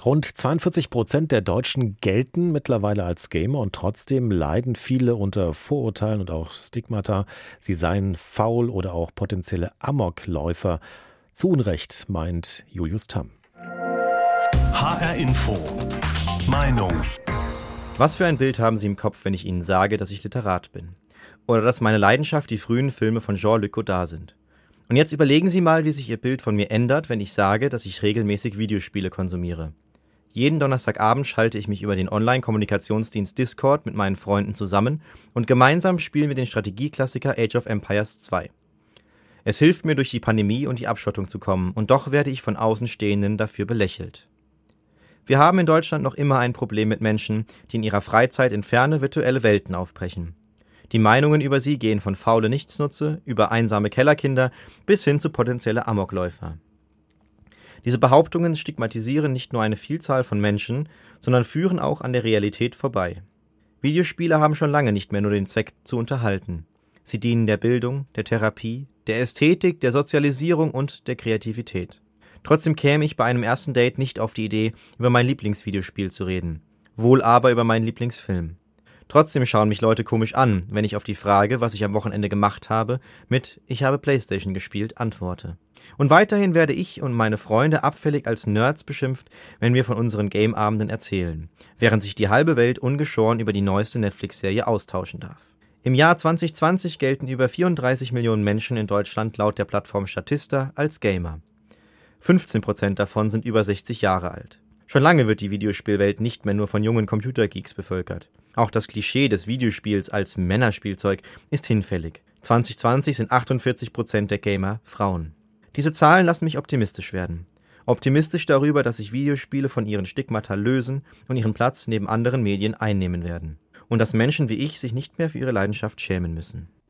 Rund 42% der Deutschen gelten mittlerweile als Gamer und trotzdem leiden viele unter Vorurteilen und auch Stigmata. Sie seien faul oder auch potenzielle Amokläufer. Zu Unrecht, meint Julius Tamm. HR Info. Meinung. Was für ein Bild haben Sie im Kopf, wenn ich Ihnen sage, dass ich Literat bin? Oder dass meine Leidenschaft die frühen Filme von Jean-Luc Godard sind? Und jetzt überlegen Sie mal, wie sich Ihr Bild von mir ändert, wenn ich sage, dass ich regelmäßig Videospiele konsumiere. Jeden Donnerstagabend schalte ich mich über den Online-Kommunikationsdienst Discord mit meinen Freunden zusammen und gemeinsam spielen wir den Strategieklassiker Age of Empires 2. Es hilft mir, durch die Pandemie und die Abschottung zu kommen, und doch werde ich von Außenstehenden dafür belächelt. Wir haben in Deutschland noch immer ein Problem mit Menschen, die in ihrer Freizeit in ferne virtuelle Welten aufbrechen. Die Meinungen über sie gehen von faule Nichtsnutze über einsame Kellerkinder bis hin zu potenzielle Amokläufer. Diese Behauptungen stigmatisieren nicht nur eine Vielzahl von Menschen, sondern führen auch an der Realität vorbei. Videospiele haben schon lange nicht mehr nur den Zweck zu unterhalten. Sie dienen der Bildung, der Therapie, der Ästhetik, der Sozialisierung und der Kreativität. Trotzdem käme ich bei einem ersten Date nicht auf die Idee, über mein Lieblingsvideospiel zu reden. Wohl aber über meinen Lieblingsfilm. Trotzdem schauen mich Leute komisch an, wenn ich auf die Frage, was ich am Wochenende gemacht habe, mit „Ich habe Playstation gespielt" antworte. Und weiterhin werde ich und meine Freunde abfällig als Nerds beschimpft, wenn wir von unseren Gameabenden erzählen, während sich die halbe Welt ungeschoren über die neueste Netflix-Serie austauschen darf. Im Jahr 2020 gelten über 34 Millionen Menschen in Deutschland laut der Plattform Statista als Gamer. 15% davon sind über 60 Jahre alt. Schon lange wird die Videospielwelt nicht mehr nur von jungen Computergeeks bevölkert. Auch das Klischee des Videospiels als Männerspielzeug ist hinfällig. 2020 sind 48% der Gamer Frauen. Diese Zahlen lassen mich optimistisch werden. Optimistisch darüber, dass sich Videospiele von ihren Stigmata lösen und ihren Platz neben anderen Medien einnehmen werden. Und dass Menschen wie ich sich nicht mehr für ihre Leidenschaft schämen müssen.